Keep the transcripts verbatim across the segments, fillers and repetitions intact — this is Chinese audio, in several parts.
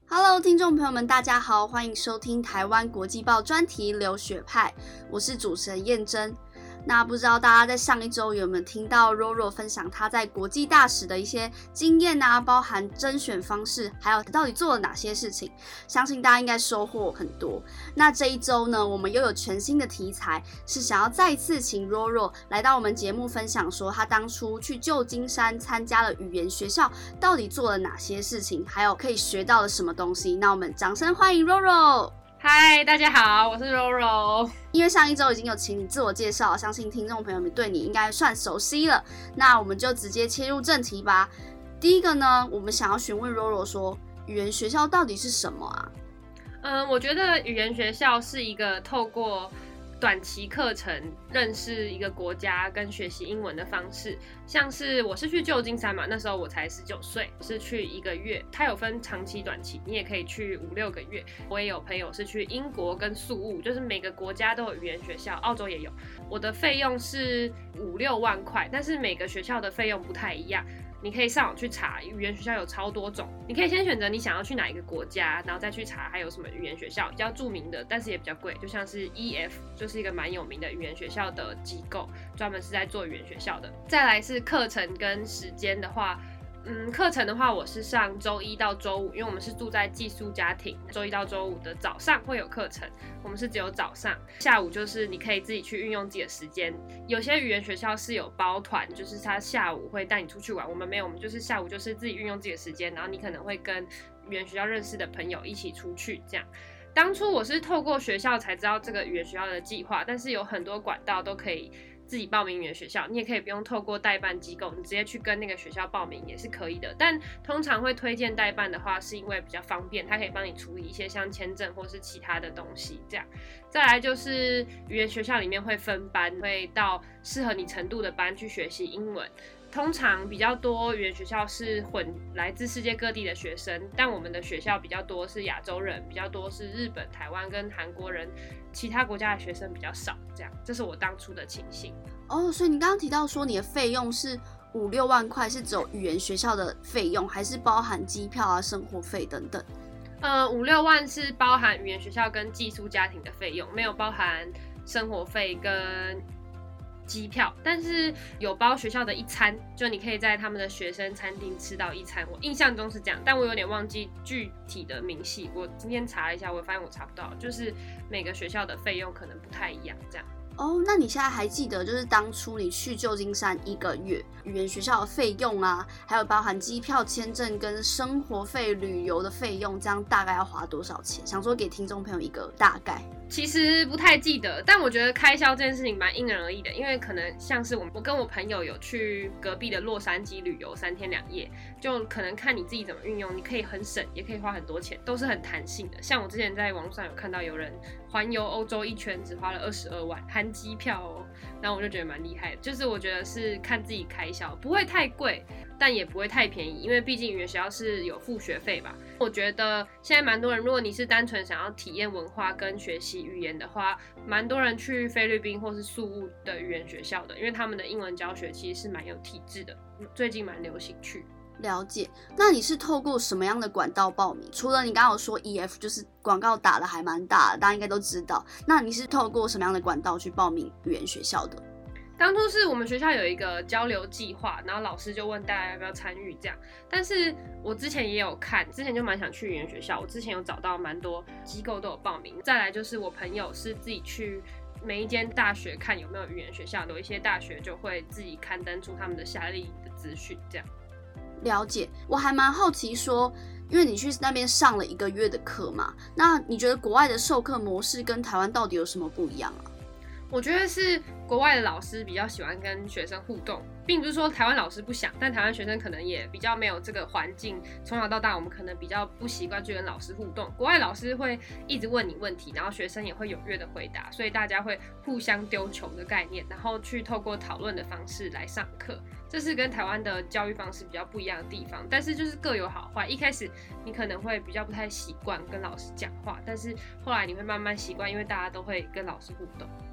Hello， 听众朋友们，大家好，欢迎收听台湾国际报专题留学派，我是主持人燕珍。那不知道大家在上一周有没有听到 Roro 分享他在国际大使的一些经验啊，包含甄选方式，还有到底做了哪些事情，相信大家应该收获很多。那这一周呢，我们又有全新的题材，是想要再次请 Roro 来到我们节目分享说他当初去旧金山参加了语言学校，到底做了哪些事情，还有可以学到了什么东西。那我们掌声欢迎 Roro。 嗨，大家好，我是 Roro。 因为上一周已经有请你自我介绍，相信听众朋友们对你应该算熟悉了。那我们就直接切入正题吧。第一个呢，我们想要询问 Roro 说，语言学校到底是什么啊？ 嗯，我觉得语言学校是一个透过短期课程认识一个国家跟学习英文的方式。像是我是去旧金山嘛，那时候我才十九岁，是去一个月，它有分长期短期，你也可以去五六个月。我也有朋友是去英国跟宿务，就是每个国家都有语言学校，澳洲也有。我的费用是五六万块，但是每个学校的费用不太一样。你可以上网去查，语言学校有超多种，你可以先选择你想要去哪一个国家，然后再去查还有什么语言学校比较著名的，但是也比较贵，就像是 E F 就是一个蛮有名的语言学校的机构，专门是在做语言学校的。再来是课程跟时间的话，嗯，课程的话我是上周一到周五，因为我们是住在寄宿家庭，周一到周五的早上会有课程，我们是只有早上，下午就是你可以自己去运用自己的时间。有些语言学校是有包团，就是他下午会带你出去玩，我们没有，我们就是下午就是自己运用自己的时间，然后你可能会跟语言学校认识的朋友一起出去这样。当初我是透过学校才知道这个语言学校的计划，但是有很多管道都可以自己报名语言学校，你也可以不用透过代办机构，你直接去跟那个学校报名也是可以的。但通常会推荐代办的话，是因为比较方便，它可以帮你处理一些像签证或是其他的东西这样。再来就是语言学校里面会分班，会到适合你程度的班去学习英文。通常比较多语言学校是混来自世界各地的学生，但我们的学校比较多是亚洲人，比较多是日本、台湾跟韩国人，其他国家的学生比较少。这样，这是我当初的情形。 哦，所以你刚刚提到说你的费用是五六万块，是只有语言学校的费用，还是包含机票啊、生活费等等？ 呃，五六万是包含语言学校跟寄宿家庭的费用，没有包含生活费跟机票，但是有包学校的一餐，就你可以在他们的学生餐厅吃到一餐。我印象中是这样，但我有点忘记具体的明细。我今天查了一下，我发现我查不到，就是每个学校的费用可能不太一样，这样。 哦，那你现在还记得，就是当初你去旧金山一个月，语言学校的费用啊，还有包含机票、签证跟生活费、旅游的费用，这样大概要花多少钱？想说给听众朋友一个大概。 其实不太记得，但我觉得开销这件事情蛮因人而异的，因为可能像是我我跟我朋友有去隔壁的洛杉矶旅游三天两夜，就可能看你自己怎么运用，你可以很省，也可以花很多钱，都是很弹性的。像我之前在网络上有看到有人环游欧洲一圈只花了二十二万，含机票哦，然后我就觉得蛮厉害的。就是我觉得是看自己开销，不会太贵，但也不会太便宜，因为毕竟语言学校是有付学费吧。我觉得现在蛮多人，如果你是单纯想要体验文化跟学习语言的话，蛮多人去菲律宾或是宿务的语言学校的，因为他们的英文教学其实是蛮有体制的，最近蛮流行去。 了解，那你是透过什么样的管道报名？除了你刚刚有说 E F， 就是广告打的还蛮大的，大家应该都知道。那你是透过什么样的管道去报名语言学校的？ 当初是我们学校有一个交流计划，然后老师就问大家要不要参与这样。但是我之前也有看，之前就蛮想去语言学校，我之前有找到蛮多机构都有报名。再来就是我朋友是自己去每一间大学看有没有语言学校，有一些大学就会自己刊登出他们的夏令营的资讯这样。 了解，我还蛮好奇说，因为你去那边上了一个月的课嘛，那你觉得国外的授课模式跟台湾到底有什么不一样啊？ 我觉得是国外的老师比较喜欢跟学生互动，并不是说台湾老师不想，但台湾学生可能也比较没有这个环境，从小到大我们可能比较不习惯去跟老师互动。国外老师会一直问你问题，然后学生也会踊跃的回答，所以大家会互相丢球的概念，然后去透过讨论的方式来上课。这是跟台湾的教育方式比较不一样的地方，但是就是各有好坏。一开始你可能会比较不太习惯跟老师讲话，但是后来你会慢慢习惯，因为大家都会跟老师互动。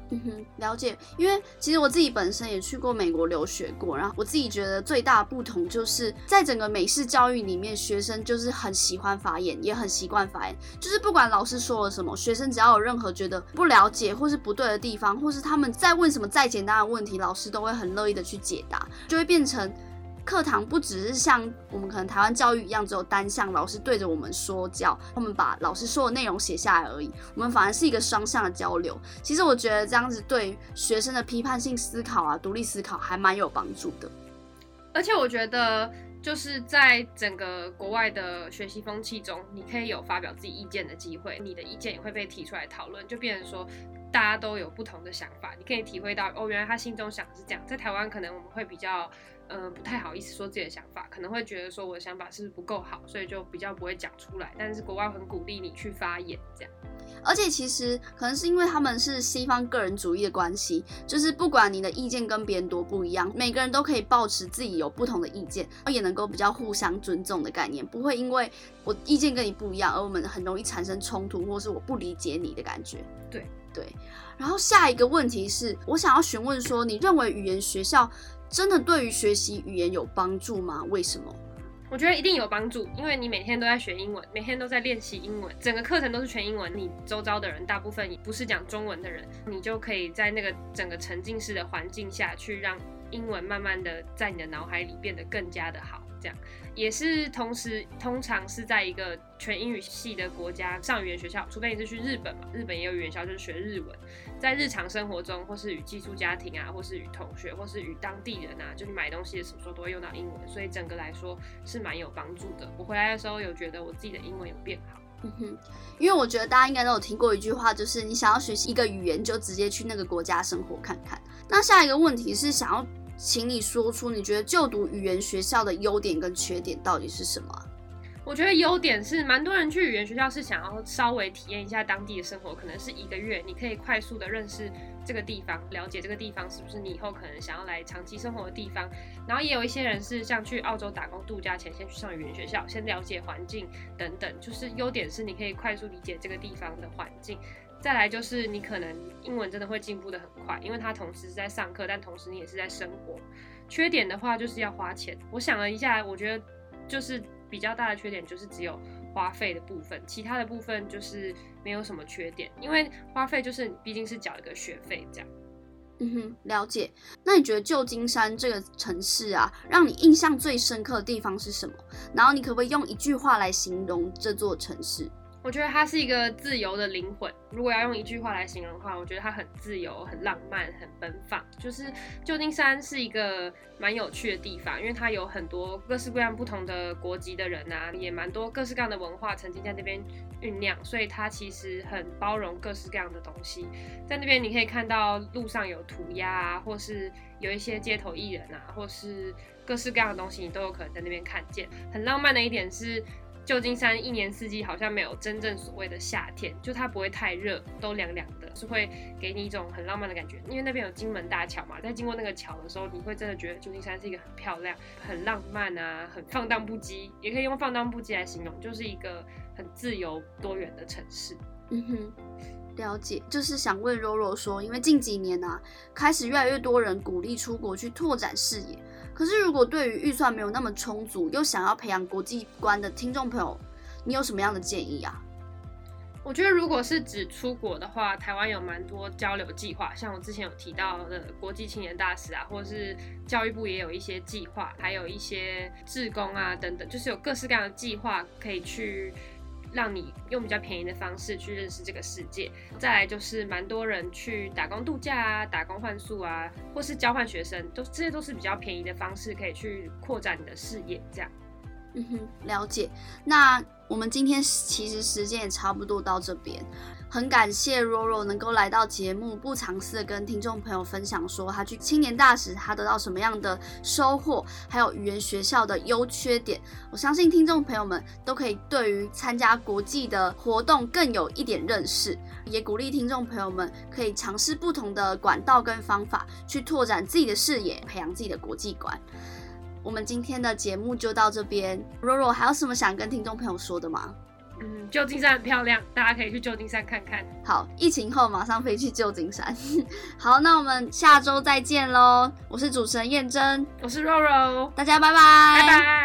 嗯哼，了解。因为其实我自己本身也去过美国留学过，然后我自己觉得最大的不同就是在整个美式教育里面，学生就是很喜欢发言，也很习惯发言，就是不管老师说了什么，学生只要有任何觉得不了解或是不对的地方，或是他们在问什么再简单的问题，老师都会很乐意的去解答，就会变成课堂不只是像我们可能台湾教育一样只有单向老师对着我们说教，我们把老师说的内容写下来而已，我们反而是一个双向的交流。其实我觉得这样子对学生的批判性思考啊、独立思考还蛮有帮助的。 而且我觉得就是在整个国外的学习风气中，你可以有发表自己意见的机会，你的意见也会被提出来讨论，就变成说大家都有不同的想法，你可以体会到哦，原来他心中想的是这样。在台湾可能我们会比较呃不太好意思说自己的想法，可能会觉得说我的想法是不是不够好，所以就比较不会讲出来。但是国外很鼓励你去发言，这样。 而且其实可能是因为他们是西方个人主义的关系，就是不管你的意见跟别人多不一样，每个人都可以抱持自己有不同的意见，也能够比较互相尊重的概念，不会因为我意见跟你不一样而我们很容易产生冲突，或是我不理解你的感觉。 对对。然后下一个问题是我想要询问说，你认为语言学校真的对于学习语言有帮助吗？为什么？ 我觉得一定有帮助，因为你每天都在学英文，每天都在练习英文，整个课程都是全英文，你周遭的人大部分不是讲中文的人，你就可以在那个整个沉浸式的环境下去让英文慢慢的在你的脑海里变得更加的好，这样也是同时通常是在一个全英语系的国家上语言学校，除非你是去日本嘛，日本也有语言学校就是学日文，在日常生活中或是与寄宿家庭啊，或是与同学，或是与当地人啊，就你买东西的时候都会用到英文，所以整个来说是蛮有帮助的。我回来的时候有觉得我自己的英文有变好。 嗯哼，因为我觉得大家应该都有听过一句话，就是你想要学习一个语言，就直接去那个国家生活看看。那下一个问题是想要请你说出你觉得就读语言学校的优点跟缺点到底是什么啊？ 我觉得优点是蛮多人去语言学校是想要稍微体验一下当地的生活，可能是一个月，你可以快速的认识这个地方，了解这个地方是不是你以后可能想要来长期生活的地方。然后也有一些人是像去澳洲打工度假前先去上语言学校，先了解环境等等，就是优点是你可以快速理解这个地方的环境。再来就是你可能英文真的会进步的很快，因为它同时是在上课，但同时你也是在生活。缺点的话就是要花钱，我想了一下，我觉得就是比较大的缺点就是只有花费的部分，其他的部分就是没有什么缺点，因为花费就是你毕竟是缴一个学费这样。 嗯哼，了解。那你觉得旧金山这个城市啊，让你印象最深刻的地方是什么？然后你可不可以用一句话来形容这座城市？ 我觉得它是一个自由的灵魂。如果要用一句话来形容的话，我觉得它很自由、很浪漫、很奔放。就是旧金山是一个蛮有趣的地方，因为它有很多各式各样不同的国籍的人啊，也蛮多各式各样的文化曾经在那边酝酿，所以它其实很包容各式各样的东西。在那边你可以看到路上有涂鸦啊，或是有一些街头艺人啊，或是各式各样的东西，你都有可能在那边看见。很浪漫的一点是，旧金山一年四季好像没有真正所谓的夏天，就它不会太热，都凉凉的，是会给你一种很浪漫的感觉。因为那边有金门大桥嘛，在经过那个桥的时候，你会真的觉得旧金山是一个很漂亮、很浪漫啊，很放荡不羁，也可以用放荡不羁来形容，就是一个很自由多元的城市。 嗯哼。了解，就是想问柔柔说，因为近几年啊，开始越来越多人鼓励出国去拓展视野。可是如果对于预算没有那么充足，又想要培养国际观的听众朋友，你有什么样的建议啊？ 我觉得如果是指出国的话，台湾有蛮多交流计划，像我之前有提到的国际青年大使啊，或者是教育部也有一些计划，还有一些志工啊等等，就是有各式各样的计划可以去让你用比较便宜的方式去认识这个世界。再来就是蛮多人去打工度假啊、打工换宿啊，或是交换学生，都这些都是比较便宜的方式，可以去扩展你的视野。这样。 嗯哼，了解。那我们今天其实时间也差不多到这边，很感谢 Roro 能够来到节目，不藏私的跟听众朋友分享说他去青年大使他得到什么样的收获，还有语言学校的优缺点。我相信听众朋友们都可以对于参加国际的活动更有一点认识，也鼓励听众朋友们可以尝试不同的管道跟方法，去拓展自己的视野，培养自己的国际观。我们今天的节目就到这边 ，Roro 还有什么想跟听众朋友说的吗？ 嗯，旧金山很漂亮，大家可以去旧金山看看。 好，疫情后马上飞去旧金山。好，那我们下周再见喽！我是主持人燕珍， 我是肉肉， 大家拜拜， 拜拜。